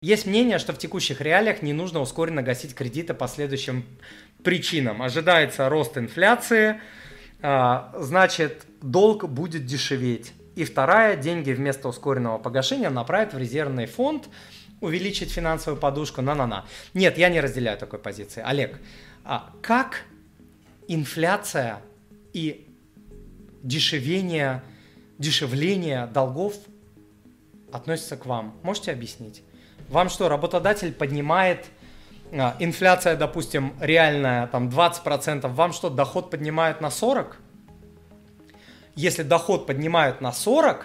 Есть мнение, что в текущих реалиях не нужно ускоренно гасить кредиты по следующим причинам. Ожидается рост инфляции, значит, долг будет дешеветь. И вторая, деньги вместо ускоренного погашения направят в резервный фонд, увеличить финансовую подушку, на-на-на. Нет, я не разделяю такой позиции. Олег, как инфляция и дешевление долгов относятся к вам? Можете объяснить? Вам что, работодатель поднимает, инфляция, допустим, реальная, там 20%, вам что, доход поднимают на 40%? Если доход поднимают на 40%,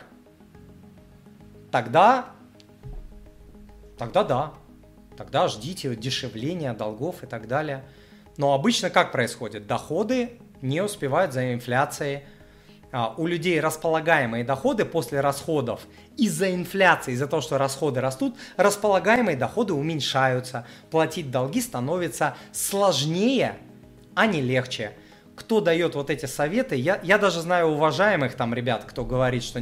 тогда да, тогда ждите дешевления долгов и так далее. Но обычно как происходит? Доходы не успевают за инфляцией. У людей располагаемые доходы после расходов из-за инфляции, из-за того, что расходы растут, располагаемые доходы уменьшаются. Платить долги становится сложнее, а не легче. Кто дает вот эти советы? Я даже знаю уважаемых там ребят, кто говорит, что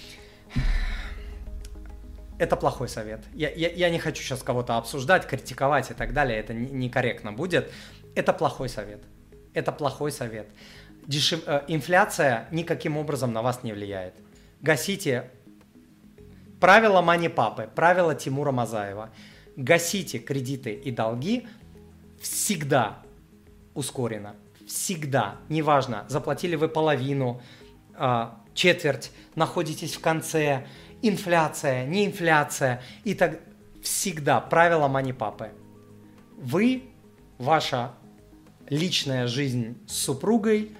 это плохой совет. Я не хочу сейчас кого-то обсуждать, критиковать и так далее. Это некорректно будет. Это плохой совет. Это плохой совет. Инфляция никаким образом на вас не влияет. Гасите правила Мани-папы, правила Тимура Мазаева. Гасите кредиты и долги всегда ускоренно. Всегда. Неважно, заплатили вы половину, четверть, находитесь в конце, инфляция, не инфляция. И так всегда правила Мани-папы. Вы, ваша личная жизнь с супругой,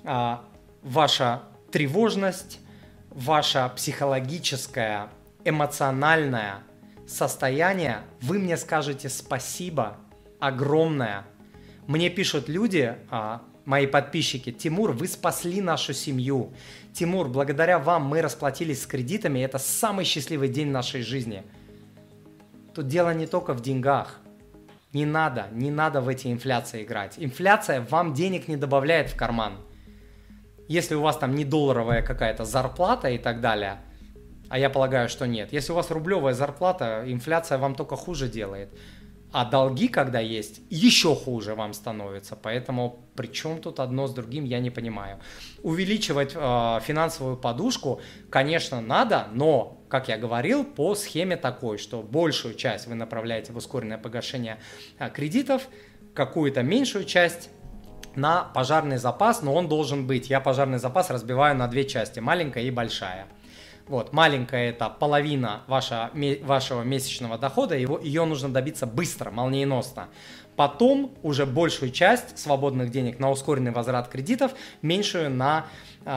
ваша тревожность, ваше психологическое, эмоциональное состояние, вы мне скажете спасибо огромное. Мне пишут люди, мои подписчики: Тимур, вы спасли нашу семью. Тимур, благодаря вам мы расплатились с кредитами, это самый счастливый день нашей жизни. Тут дело не только в деньгах. Не надо в эти инфляции играть. Инфляция вам денег не добавляет в карман. Если у вас там не долларовая какая-то зарплата и так далее, а я полагаю, что нет. Если у вас рублевая зарплата, инфляция вам только хуже делает. А долги, когда есть, еще хуже вам становится. Поэтому при чем тут одно с другим, я не понимаю. Увеличивать финансовую подушку, конечно, надо, но, как я говорил, по схеме такой, что большую часть вы направляете в ускоренное погашение кредитов, какую-то меньшую часть на пожарный запас, но он должен быть. Я пожарный запас разбиваю на две части, маленькая и большая. Вот, маленькая – это половина вашего месячного дохода, ее нужно добиться быстро, молниеносно. Потом уже большую часть свободных денег на ускоренный возврат кредитов, меньшую на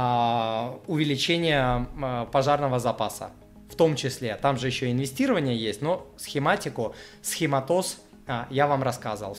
увеличение пожарного запаса. В том числе, там же еще инвестирование есть, но схематоз я вам рассказывал.